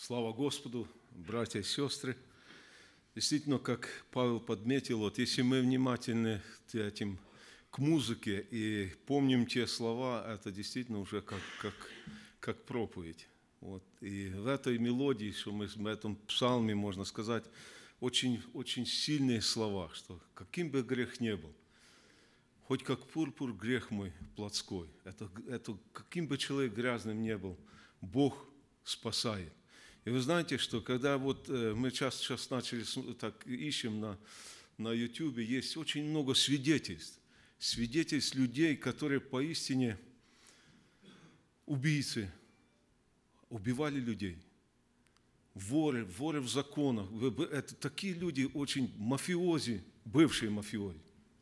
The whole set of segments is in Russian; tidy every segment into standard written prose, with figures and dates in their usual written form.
Слава Господу, братья и сестры. Действительно, как Павел подметил, вот если мы внимательны к музыке и помним те слова, это действительно уже как проповедь. Вот. И в этой мелодии, что мы в этом псалме, можно сказать, очень, очень сильные слова, что каким бы грех ни был, хоть как пурпур грех мой плотской, это каким бы человек грязным ни был, Бог спасает. И вы знаете, что когда вот мы сейчас начали, так ищем на YouTube, есть очень много свидетельств людей, которые поистине убийцы, убивали людей, воры в законах. Это такие люди, очень мафиози, бывшие мафиози.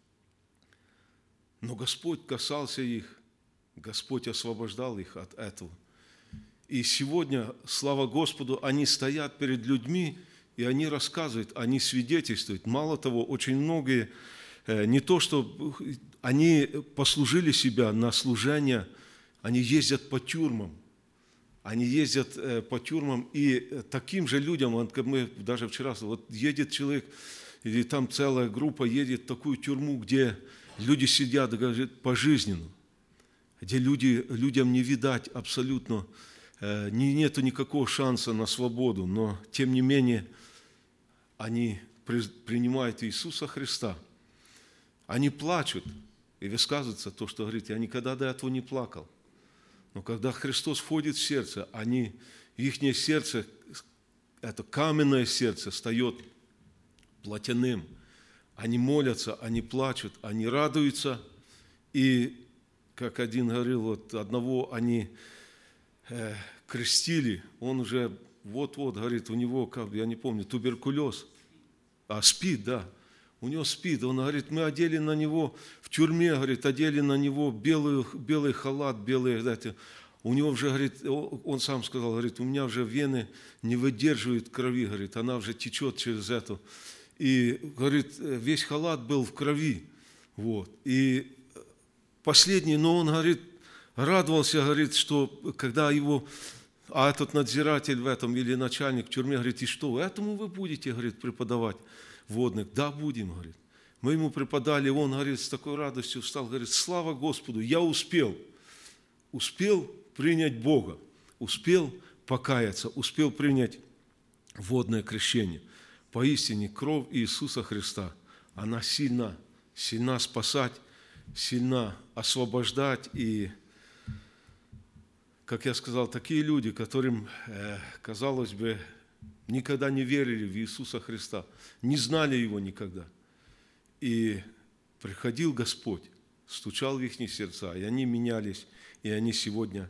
Но Господь касался их, Господь освобождал их от этого. И сегодня, слава Господу, они стоят перед людьми, и они рассказывают, они свидетельствуют. Мало того, очень многие, не то что они послужили себя на служение, они ездят по тюрьмам. Они ездят по тюрьмам, и таким же людям, мы даже вчера, вот едет человек, или там целая группа едет в такую тюрьму, где люди сидят, говорят, пожизненно, где людям не видать абсолютно, нету никакого шанса на свободу, но тем не менее они принимают Иисуса Христа. Они плачут и высказываются то, что говорит, я никогда до этого не плакал. Но когда Христос входит в сердце, их сердце, это каменное сердце, встает плотяным. Они молятся, они плачут, они радуются. И, как один говорил, вот одного они крестили, он уже вот-вот, говорит, у него, я не помню, туберкулез, СПИД, да, у него СПИД, он говорит, мы одели на него, в тюрьме, говорит, одели на него белый халат, у него уже, говорит, он сам сказал, говорит, у меня уже вены не выдерживают крови, говорит, она уже течет через это, и, говорит, весь халат был в крови, вот, и последний, но он, говорит, радовался, говорит, что когда его, этот надзиратель в этом или начальник в тюрьме, говорит, и что, этому вы будете, говорит, преподавать водных? Да, будем, говорит. Мы ему преподали, он, говорит, с такой радостью встал, говорит, слава Господу, я успел принять Бога, успел покаяться, успел принять водное крещение. Поистине, кровь Иисуса Христа, она сильна спасать, сильна освобождать. И, как я сказал, такие люди, которым, казалось бы, никогда не верили в Иисуса Христа, не знали Его никогда. И приходил Господь, стучал в их сердца, и они менялись, и они сегодня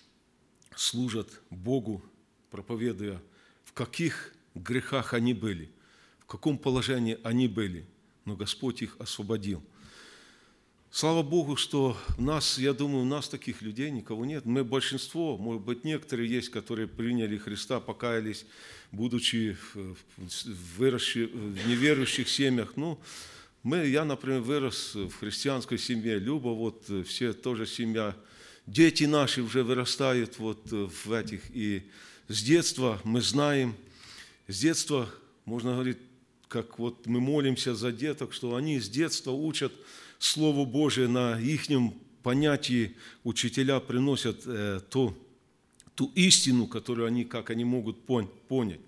служат Богу, проповедуя, в каких грехах они были, в каком положении они были, но Господь их освободил. Слава Богу, что я думаю, у нас таких людей никого нет. Мы большинство, может быть, некоторые есть, которые приняли Христа, покаялись, будучи выросшие в неверующих семьях. Я, например, вырос в христианской семье, Люба, вот все тоже семья. Дети наши уже вырастают вот в этих. И с детства мы знаем, с детства, можно говорить, как вот мы молимся за деток, что они с детства учат Слово Божие, на ихнем понятии учителя приносят ту истину, которую как они могут понять.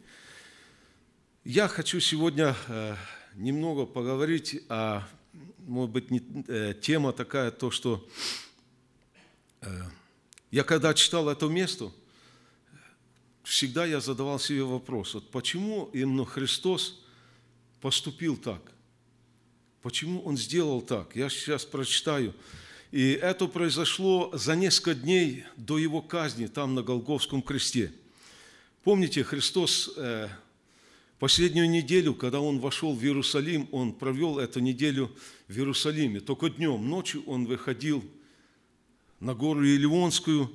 Я хочу сегодня немного поговорить может быть, тема такая, то, что я когда читал это место, всегда я задавал себе вопрос, вот почему именно Христос поступил так? Почему Он сделал так? Я сейчас прочитаю. И это произошло за несколько дней до Его казни, там на Голгофском кресте. Помните, Христос последнюю неделю, когда Он вошел в Иерусалим, Он провел эту неделю в Иерусалиме. Только днем, ночью Он выходил на гору Елеонскую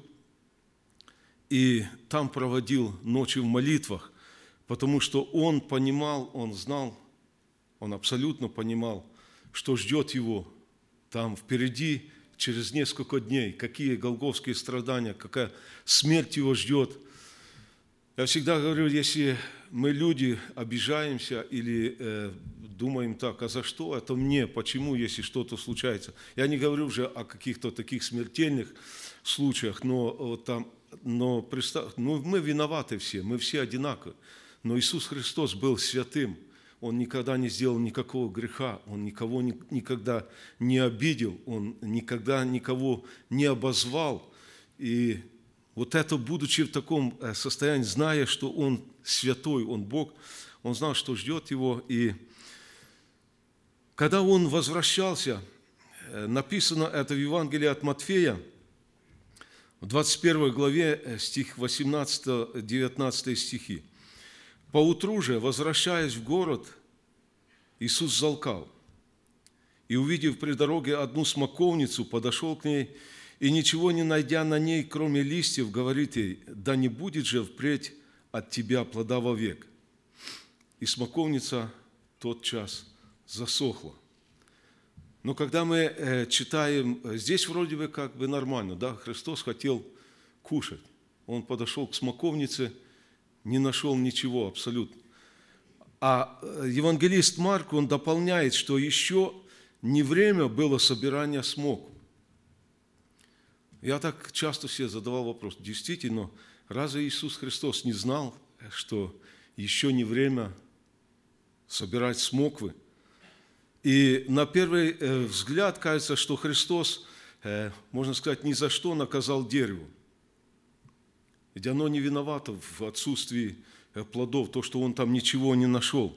и там проводил ночью в молитвах, потому что Он понимал, Он знал, Он абсолютно понимал, что ждет Его там впереди через несколько дней, какие голгофские страдания, какая смерть Его ждет. Я всегда говорю, если мы, люди, обижаемся или думаем так, а за что это мне, почему, если что-то случается. Я не говорю уже о каких-то таких смертельных случаях, но мы виноваты все, мы все одинаковы. Но Иисус Христос был святым, Он никогда не сделал никакого греха, Он никого никогда не обидел, Он никогда никого не обозвал. И вот это, будучи в таком состоянии, зная, что Он святой, Он Бог, Он знал, что ждет Его. И когда Он возвращался, написано это в Евангелии от Матфея, в 21 главе, стих 18-19 стихи. «Поутру же, возвращаясь в город, Иисус залкал, и, увидев при дороге одну смоковницу, подошел к ней, и, ничего не найдя на ней, кроме листьев, говорит ей: да не будет же впредь от тебя плода вовек. И смоковница тотчас засохла». Но когда мы читаем, здесь вроде бы как бы нормально, да, Христос хотел кушать. Он подошел к смоковнице, не нашел ничего абсолютно. А евангелист Марк, он дополняет, что еще не время было собирания смокв. Я так часто себе задавал вопрос, действительно, разве Иисус Христос не знал, что еще не время собирать смоквы? И на первый взгляд кажется, что Христос, можно сказать, ни за что наказал дерево. Ведь оно не виновато в отсутствии плодов, то, что Он там ничего не нашел.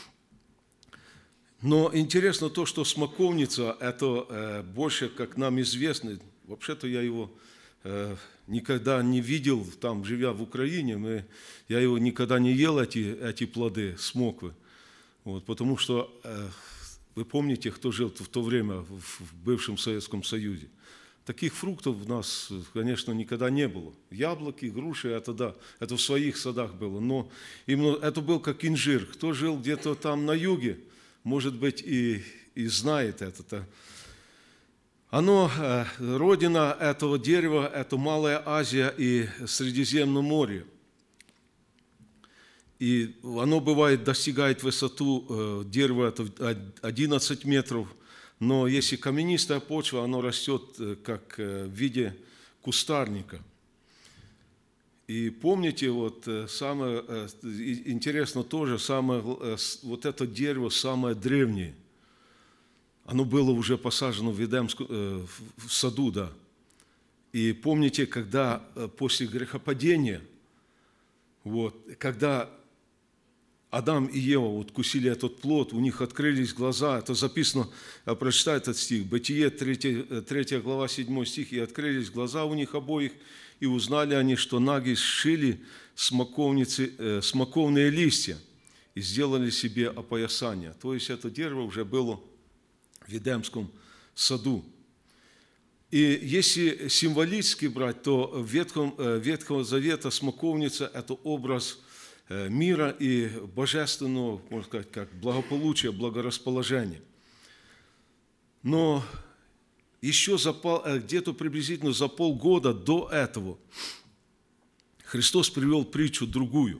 Но интересно то, что смоковница, это больше, как нам известно, вообще-то я его никогда не видел, там, живя в Украине, я его никогда не ел, эти плоды, смоквы. Вот, потому что вы помните, кто жил в то время в бывшем Советском Союзе. Таких фруктов у нас, конечно, никогда не было. Яблоки, груши, это да, это в своих садах было. Но именно это был как инжир. Кто жил где-то там на юге, может быть, и знает это. Родина этого дерева – это Малая Азия и Средиземное море. И оно достигает высоту дерева 11 метров, но если каменистая почва, оно растет как в виде кустарника. И помните, вот самое интересно тоже, вот это дерево самое древнее. Оно было уже посажено в саду, да. И помните, когда после грехопадения, когда Адам и Ева вкусили этот плод, у них открылись глаза. Это записано, прочитай этот стих. Бытие, 3 глава, 7 стих. «И открылись глаза у них обоих, и узнали они, что наги сшили смоковные листья и сделали себе опоясание». То есть это дерево уже было в Едемском саду. И если символически брать, то Ветхого Завета смоковница – это образ мира и божественного, можно сказать, как благополучия, благорасположения. Но еще где-то приблизительно за полгода до этого Христос привел притчу другую.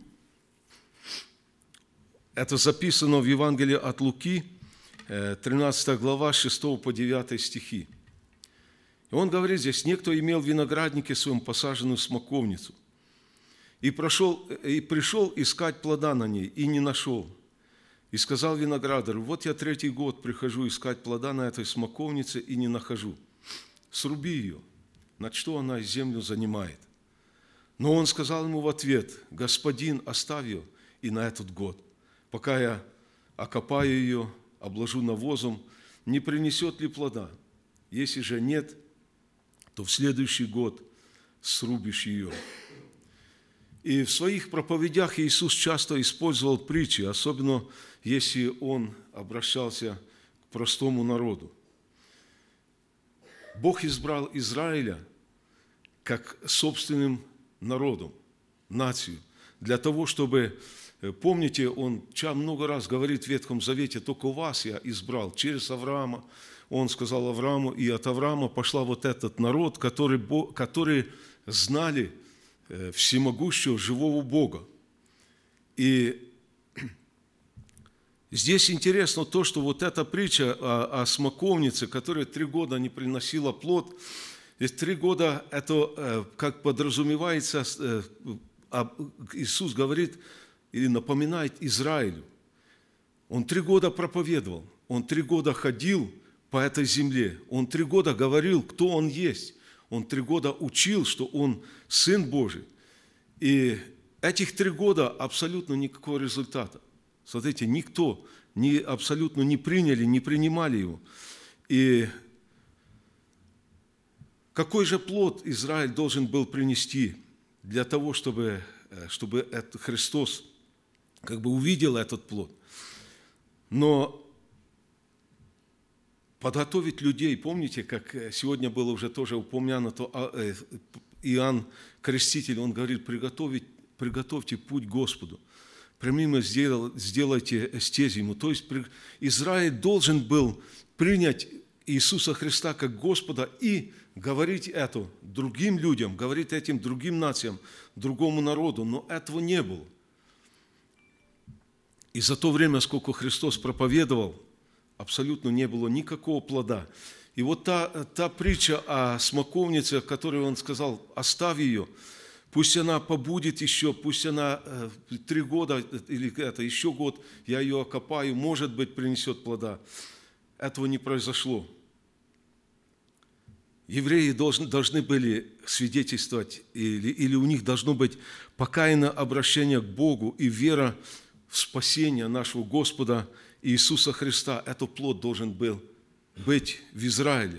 Это записано в Евангелии от Луки, 13 глава, 6 по 9 стихи. И он говорит здесь: «Некто имел в винограднике своем посаженную смоковницу, и пришел искать плода на ней, и не нашел. И сказал виноградарю: вот я 3-й год прихожу искать плода на этой смоковнице, и не нахожу. Сруби ее, над что она землю занимает. Но он сказал ему в ответ: господин, оставь ее и на этот год, пока я окопаю ее, обложу навозом, не принесет ли плода? Если же нет, то в следующий год срубишь ее». И в своих проповедях Иисус часто использовал притчи, особенно если Он обращался к простому народу. Бог избрал Израиля как собственным народом, нацию, для того, чтобы, помните, Он много раз говорит в Ветхом Завете: «Только вас я избрал через Авраама». Он сказал Аврааму, и от Авраама пошла вот этот народ, который знали всемогущего, живого Бога. И здесь интересно то, что вот эта притча о смоковнице, которая 3 года не приносила плод, и 3 года это, как подразумевается, Иисус говорит или напоминает Израилю. Он 3 года проповедовал, он 3 года ходил по этой земле, он 3 года говорил, кто он есть, он 3 года учил, что он Сын Божий. И этих 3 года абсолютно никакого результата. Смотрите, никто абсолютно не приняли, не принимали его. И какой же плод Израиль должен был принести для того, чтобы Христос как бы увидел этот плод? Но подготовить людей, помните, как сегодня было уже тоже упомянуто, Иоанн Креститель, он говорит, приготовьте путь Господу. Прямым сделайте стези ему. То есть Израиль должен был принять Иисуса Христа как Господа и говорить это другим людям, говорить этим другим нациям, другому народу, но этого не было. И за то время, сколько Христос проповедовал, абсолютно не было никакого плода. И вот та притча о смоковнице, о которой он сказал, оставь ее, пусть она побудет еще, пусть она 3 года или еще год, я ее окопаю, может быть, принесет плода. Этого не произошло. Евреи должны были свидетельствовать, или у них должно быть покаянное обращение к Богу и вера в спасение нашего Господа Иисуса Христа. Этот плод должен был быть в Израиле.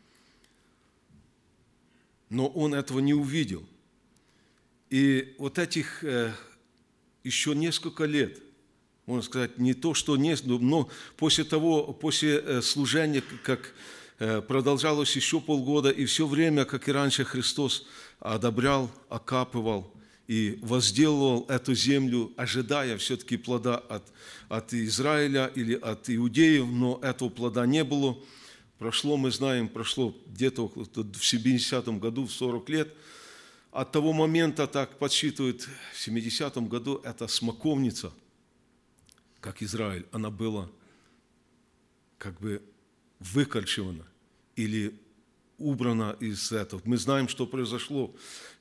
Но он этого не увидел. И вот этих еще несколько лет, можно сказать, не то, что несколько, но после служения, как продолжалось еще полгода, и все время, как и раньше, Христос одобрял, окапывал и возделывал эту землю, ожидая все-таки плода от Израиля или от иудеев, но этого плода не было. Мы знаем, прошло где-то в 70-м году, в 40 лет. От того момента, так подсчитывают, в 70-м году эта смоковница, как Израиль, она была как бы выкорчевана или убрана из этого. Мы знаем, что произошло.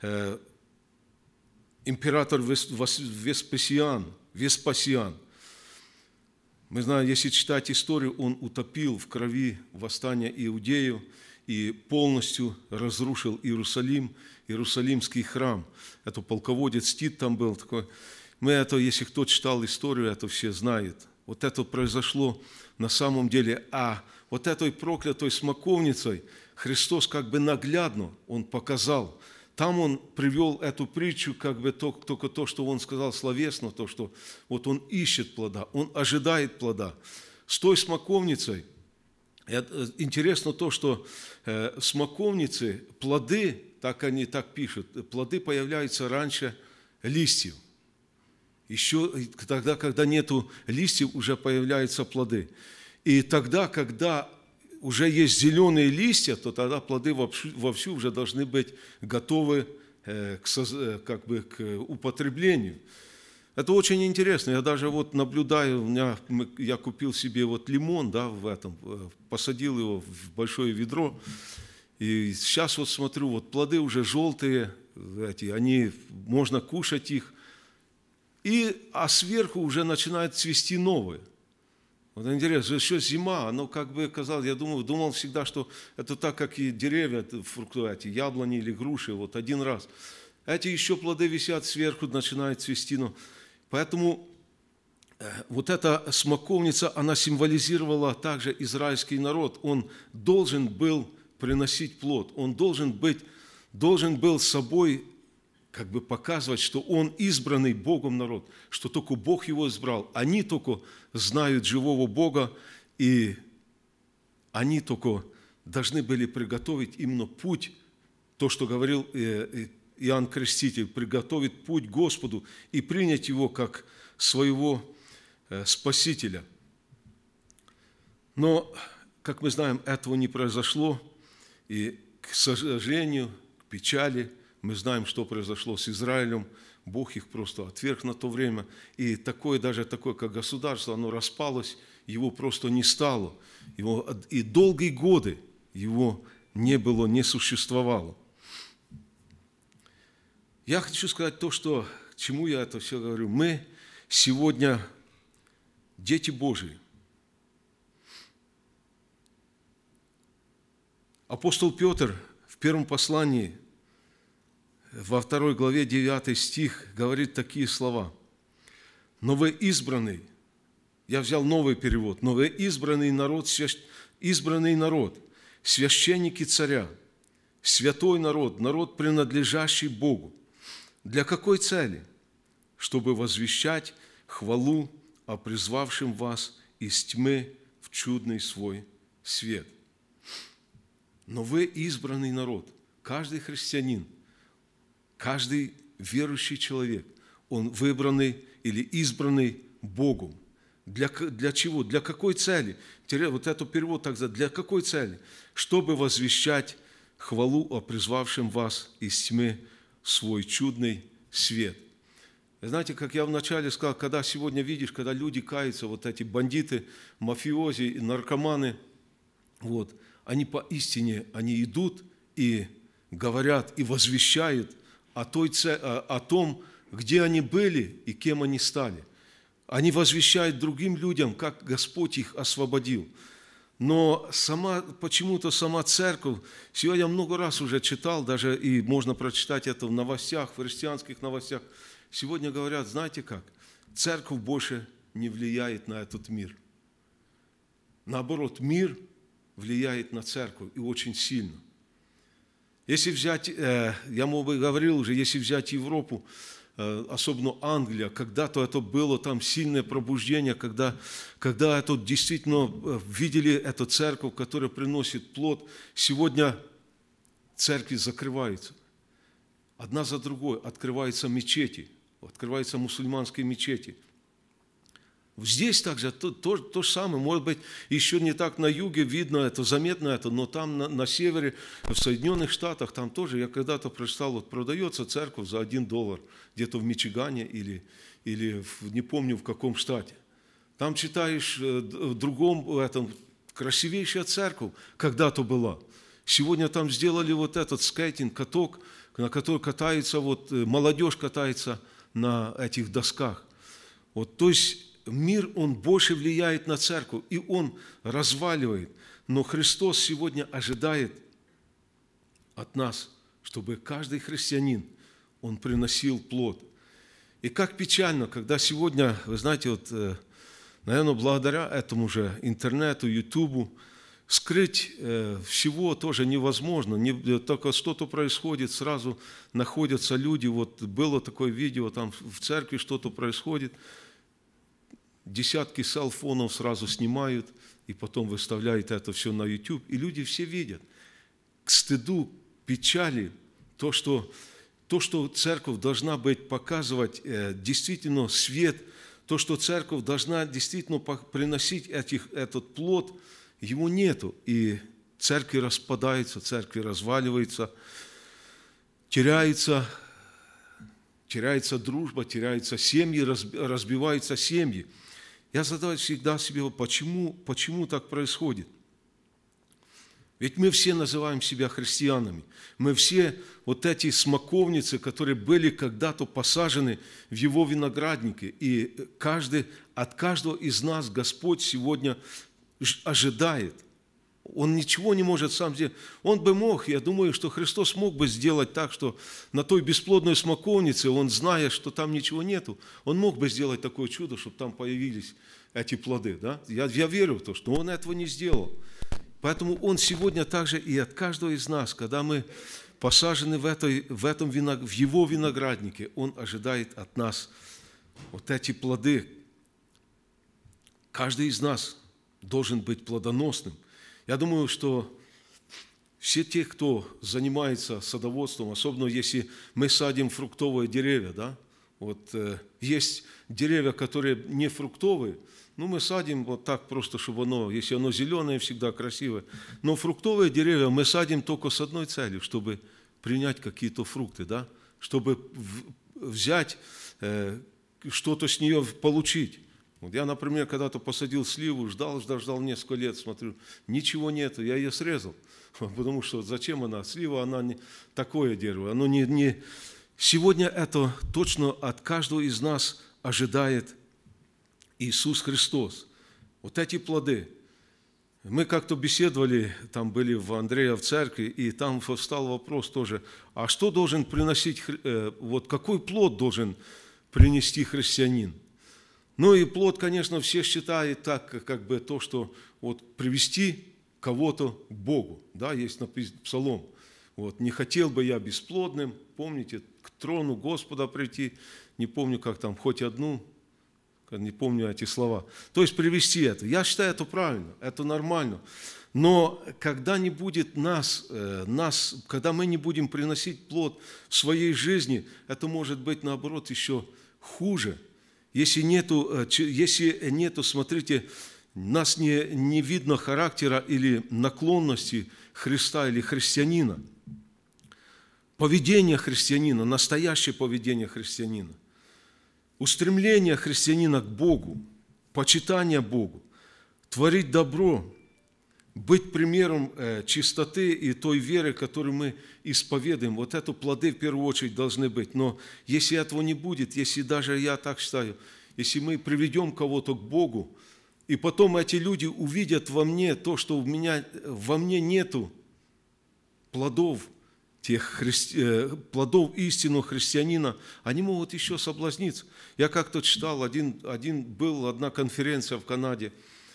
Император Веспасиан, мы знаем, если читать историю, он утопил в крови восстание иудеев и полностью разрушил Иерусалим, Иерусалимский храм. Это полководец Тит там был такой. Если кто читал историю, это все знают. Вот это произошло на самом деле. А вот этой проклятой смоковницей Христос как бы наглядно Он показал. Там Он привел эту притчу, как бы только то, что Он сказал словесно, то, что вот Он ищет плода, Он ожидает плода. С той смоковницей, интересно то, что смоковницы, плоды, они так пишут, плоды появляются раньше листьев. Еще тогда, когда нету листьев, уже появляются плоды. И тогда, когда уже есть зеленые листья, то тогда плоды вовсю уже должны быть готовы к употреблению. Это очень интересно. Я даже вот наблюдаю, я купил себе вот лимон, посадил его в большое ведро, и сейчас вот смотрю, вот плоды уже желтые, можно кушать их, а сверху уже начинают цвести новые. Вот интересно, еще зима, оно как бы казалось, я думал всегда, что это так, как и деревья, фрукты, яблони или груши, вот один раз. Эти еще плоды висят сверху, начинают цвести. Поэтому вот эта смоковница, она символизировала также израильский народ. Он должен был приносить плод, он должен был собой как бы показывать, что он избранный Богом народ, что только Бог его избрал. Они только знают живого Бога, и они только должны были приготовить именно путь, то, что говорил Иоанн Креститель, приготовить путь Господу и принять Его как своего Спасителя. Но, как мы знаем, этого не произошло, и, к сожалению, к печали, мы знаем, что произошло с Израилем. Бог их просто отверг на то время. И такое, даже такое, как государство, оно распалось, его просто не стало. И долгие годы его не было, не существовало. Я хочу сказать то, что, к чему я это все говорю. Мы сегодня дети Божии. Апостол Петр в первом послании, во 2 главе 9 стих, говорит такие слова. «Но вы избранный», я взял новый перевод, «но вы избранный народ, священники царя, святой народ, народ, принадлежащий Богу. Для какой цели? Чтобы возвещать хвалу о призвавшем вас из тьмы в чудный свой свет». Но вы избранный народ, каждый христианин, каждый верующий человек, он выбранный или избранный Богом. Для чего? Для какой цели? Вот это перевод так сказать. Для какой цели? Чтобы возвещать хвалу о призвавшем вас из тьмы в свой чудный свет. Знаете, как я вначале сказал, когда сегодня видишь, когда люди каются, вот эти бандиты, мафиози, наркоманы, вот, они поистине, они идут и говорят, и возвещают о том, где они были и кем они стали. Они возвещают другим людям, как Господь их освободил. Но почему-то сама церковь, сегодня я много раз уже читал, даже и можно прочитать это в новостях, в христианских новостях, сегодня говорят, знаете как, церковь больше не влияет на этот мир. Наоборот, мир влияет на церковь и очень сильно. Если взять, я говорил уже, если взять Европу, особенно Англия, когда-то это было там сильное пробуждение, когда это действительно видели эту церковь, которая приносит плод. Сегодня церкви закрываются. Одна за другой открываются мечети, открываются мусульманские мечети. Здесь также то же самое, может быть, еще не так на юге видно это, заметно это, но там на севере, в Соединенных Штатах, там тоже, я когда-то прочитал, вот продается церковь за $1, где-то в Мичигане или не помню в каком штате. Там читаешь в другом, этом, красивейшая церковь когда-то была. Сегодня там сделали вот этот скейтинг, каток, на который катается, вот молодежь катается на этих досках. Вот, то есть мир, он больше влияет на церковь, и он разваливает. Но Христос сегодня ожидает от нас, чтобы каждый христианин, он приносил плод. И как печально, когда сегодня, вы знаете, вот, наверное, благодаря этому же интернету, Ютубу, скрыть всего тоже невозможно. Только что-то происходит, сразу находятся люди. Вот было такое видео, там в церкви что-то происходит, десятки селфонов сразу снимают и потом выставляют это все на YouTube. И люди все видят. К стыду, печали, то, что церковь должна показывать действительно свет, то, что церковь должна действительно приносить этот плод, его нету. И церкви распадаются, церкви разваливаются, теряется дружба, теряются семьи, разбиваются семьи. Я задаю всегда себе, почему так происходит? Ведь мы все называем себя христианами. Мы все вот эти смоковницы, которые были когда-то посажены в Его винограднике. И от каждого из нас Господь сегодня ожидает. Он ничего не может сам сделать. Он бы мог, я думаю, что Христос мог бы сделать так, что на той бесплодной смоковнице, он, зная, что там ничего нету, он мог бы сделать такое чудо, чтобы там появились эти плоды. Да? Я верю в то, что он этого не сделал. Поэтому он сегодня также и от каждого из нас, когда мы посажены в его винограднике, он ожидает от нас вот эти плоды. Каждый из нас должен быть плодоносным. Я думаю, что все те, кто занимается садоводством, особенно если мы садим фруктовые деревья, да, вот есть деревья, которые не фруктовые, мы садим вот так просто, чтобы если оно зеленое, всегда красивое. Но фруктовые деревья мы садим только с одной целью, чтобы принять какие-то фрукты, да, чтобы взять, что-то с нее получить. Вот я, например, когда-то посадил сливу, ждал несколько лет, смотрю, ничего нету, я ее срезал. Потому что зачем она? Слива, она не такое дерево. Оно не... Сегодня это точно от каждого из нас ожидает Иисус Христос. Вот эти плоды. Мы как-то беседовали, там были в Андрея в церкви, и там встал вопрос тоже, а что должен приносить, вот какой плод должен принести христианин? Ну и плод, конечно, все считают так, как бы то, что вот привести кого-то к Богу. Да, есть написано Псалом. Вот, не хотел бы я бесплодным, помните, к трону Господа прийти, не помню, как там, хоть одну, не помню эти слова. То есть привести это. Я считаю, это правильно, это нормально. Но когда не будет нас, когда мы не будем приносить плод в своей жизни, это может быть, наоборот, еще хуже. Если нету, смотрите, нас не видно характера или наклонности Христа или христианина. Поведение христианина, настоящее поведение христианина. Устремление христианина к Богу, почитание Богу, творить добро, быть примером чистоты и той веры, которую мы исповедуем. Вот это плоды в первую очередь должны быть. Но если этого не будет, если даже я так считаю, если мы приведем кого-то к Богу, и потом эти люди увидят во мне то, что во мне нету плодов, плодов истинного христианина, они могут еще соблазниться. Я как-то читал, одна конференция в Канаде,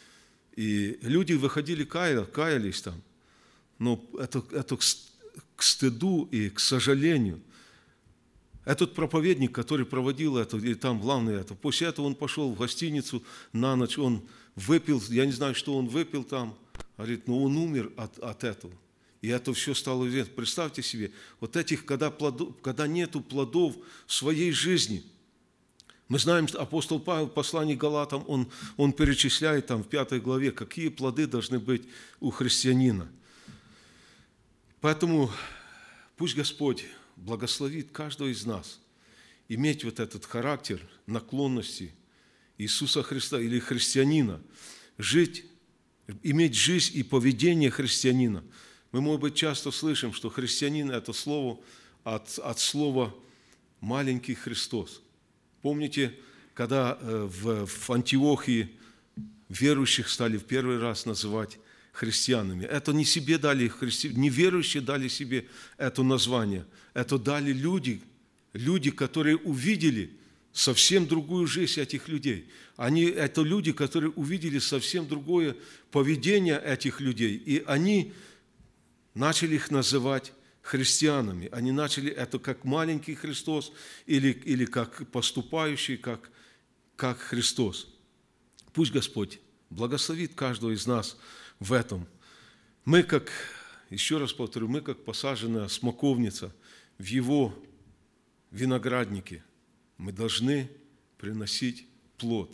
и люди выходили, каялись там. Но это к стыду и к сожалению. Этот проповедник, который проводил это, и там главное это, после этого он пошел в гостиницу на ночь, он выпил, я не знаю, что он выпил там, говорит, но он умер от этого. И это все стало известно. Представьте себе, вот этих, когда нету плодов в своей жизни. Мы знаем, что апостол Павел в послании к Галатам, он перечисляет там в 5 главе, какие плоды должны быть у христианина. Поэтому пусть Господь благословит каждого из нас иметь вот этот характер наклонности Иисуса Христа или христианина, иметь жизнь и поведение христианина. Мы, может быть, часто слышим, что христианин – это слово от слова «маленький Христос». Помните, когда в Антиохии верующих стали в первый раз называть христианами? Это не себе дали, неверующие дали себе это название. Это дали люди, которые увидели совсем другую жизнь этих людей. Это люди, которые увидели совсем другое поведение этих людей. И они начали их называть христианами. Они начали это как маленький Христос или как поступающий, как Христос. Пусть Господь благословит каждого из нас в этом. Мы, еще раз повторю, мы как посаженная смоковница в Его винограднике, мы должны приносить плод.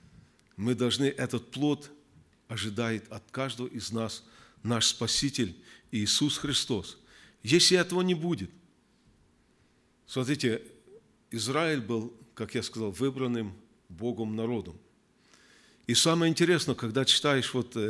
Этот плод ожидает от каждого из нас наш Спаситель Иисус Христос. Если этого не будет, смотрите, Израиль был, как я сказал, выбранным Богом народом. И самое интересное, когда читаешь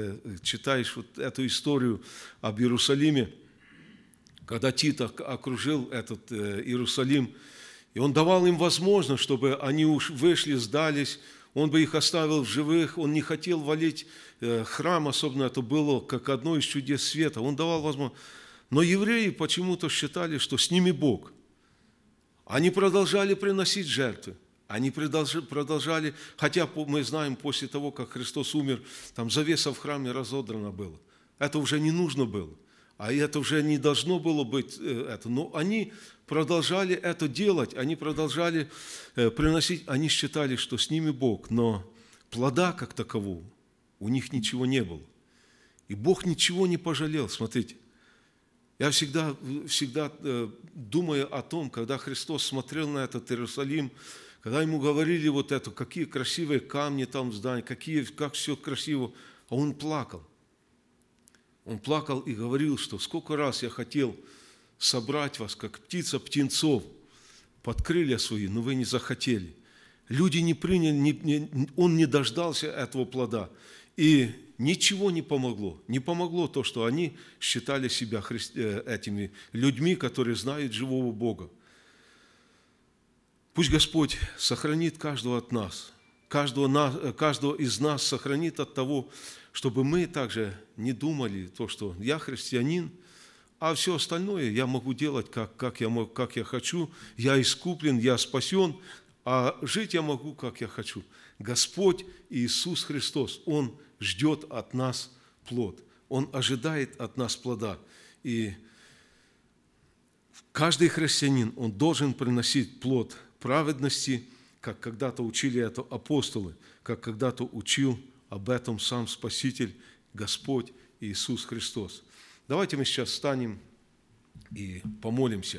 эту историю об Иерусалиме, когда Тит окружил этот Иерусалим, и он давал им возможность, чтобы они уж вышли, сдались, он бы их оставил в живых, он не хотел валить храм, особенно это было как одно из чудес света, он давал возможность. Но евреи почему-то считали, что с ними Бог. Они продолжали приносить жертвы. Они продолжали, хотя мы знаем, после того, как Христос умер, там завеса в храме разодрана была. Это уже не нужно было. А это уже не должно было быть. Но они продолжали это делать, они продолжали приносить, они считали, что с ними Бог. Но плода как такового у них ничего не было. И Бог ничего не пожалел. Смотрите. Я всегда думаю о том, когда Христос смотрел на этот Иерусалим, когда ему говорили вот это, какие красивые камни там в здании, как все красиво, а он плакал. Он плакал и говорил, что сколько раз я хотел собрать вас, как птица птенцов, под крылья свои, но вы не захотели. Люди не приняли, он не дождался этого плода. И ничего не помогло. Не помогло то, что они считали себя этими людьми, которые знают живого Бога. Пусть Господь сохранит каждого от нас, каждого из нас сохранит от того, чтобы мы также не думали то, что я христианин, а все остальное я могу делать, как я хочу, я искуплен, я спасен, а жить я могу, как я хочу. Господь Иисус Христос, Он ждет от нас плод, Он ожидает от нас плода. И каждый христианин, он должен приносить плод праведности, как когда-то учили это апостолы, как когда-то учил об этом сам Спаситель, Господь Иисус Христос. Давайте мы сейчас встанем и помолимся.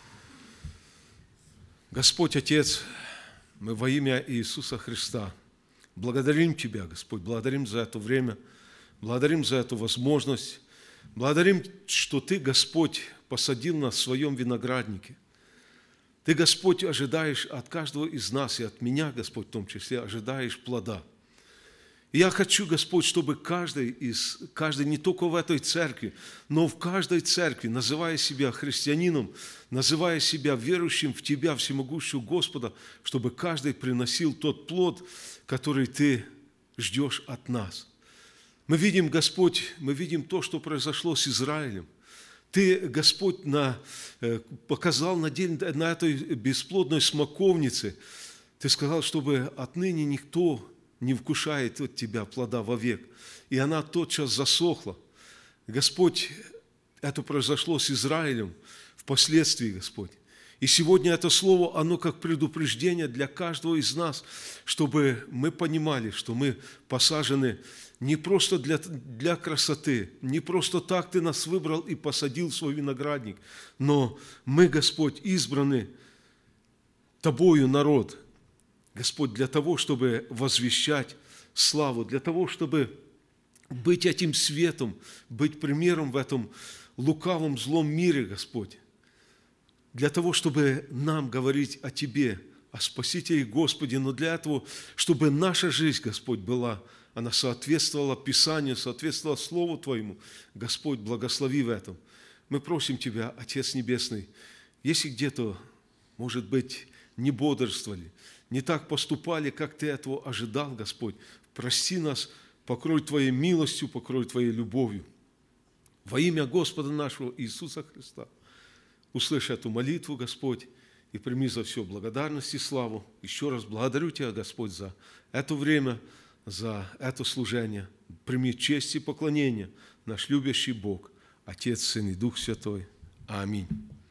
Господь Отец, мы во имя Иисуса Христа благодарим Тебя, Господь, благодарим за это время, благодарим за эту возможность, благодарим, что Ты, Господь, посадил нас в Своем винограднике. Ты, Господь, ожидаешь от каждого из нас, и от меня, Господь, в том числе, ожидаешь плода. И я хочу, Господь, чтобы каждый не только в этой церкви, но в каждой церкви, называя себя христианином, называя себя верующим в Тебя, всемогущего Господа, чтобы каждый приносил тот плод, который Ты ждешь от нас. Мы видим, Господь, мы видим то, что произошло с Израилем. Ты, Господь, показал на этой бесплодной смоковнице, Ты сказал, чтобы отныне никто не вкушает от Тебя плода вовек. И она тотчас засохла. Господь, это произошло с Израилем впоследствии, Господь. И сегодня это слово, оно как предупреждение для каждого из нас, чтобы мы понимали, что мы посажены не просто для красоты, не просто так Ты нас выбрал и посадил в свой виноградник, но мы, Господь, избраны Тобою народ, Господь, для того, чтобы возвещать славу, для того, чтобы быть этим светом, быть примером в этом лукавом, злом мире, Господь, для того, чтобы нам говорить о Тебе, о Спасителе Господе, но для этого, чтобы наша жизнь, Господь, она соответствовала Писанию, соответствовала Слову Твоему. Господь, благослови в этом. Мы просим Тебя, Отец Небесный, если где-то, может быть, не бодрствовали, не так поступали, как Ты этого ожидал, Господь, прости нас, покрой Твоей милостью, покрой Твоей любовью. Во имя Господа нашего Иисуса Христа услышь эту молитву, Господь, и прими за все благодарность и славу. Еще раз благодарю Тебя, Господь, за это время, за это служение. Прими честь и поклонение, наш любящий Бог, Отец, Сын и Дух Святой. Аминь.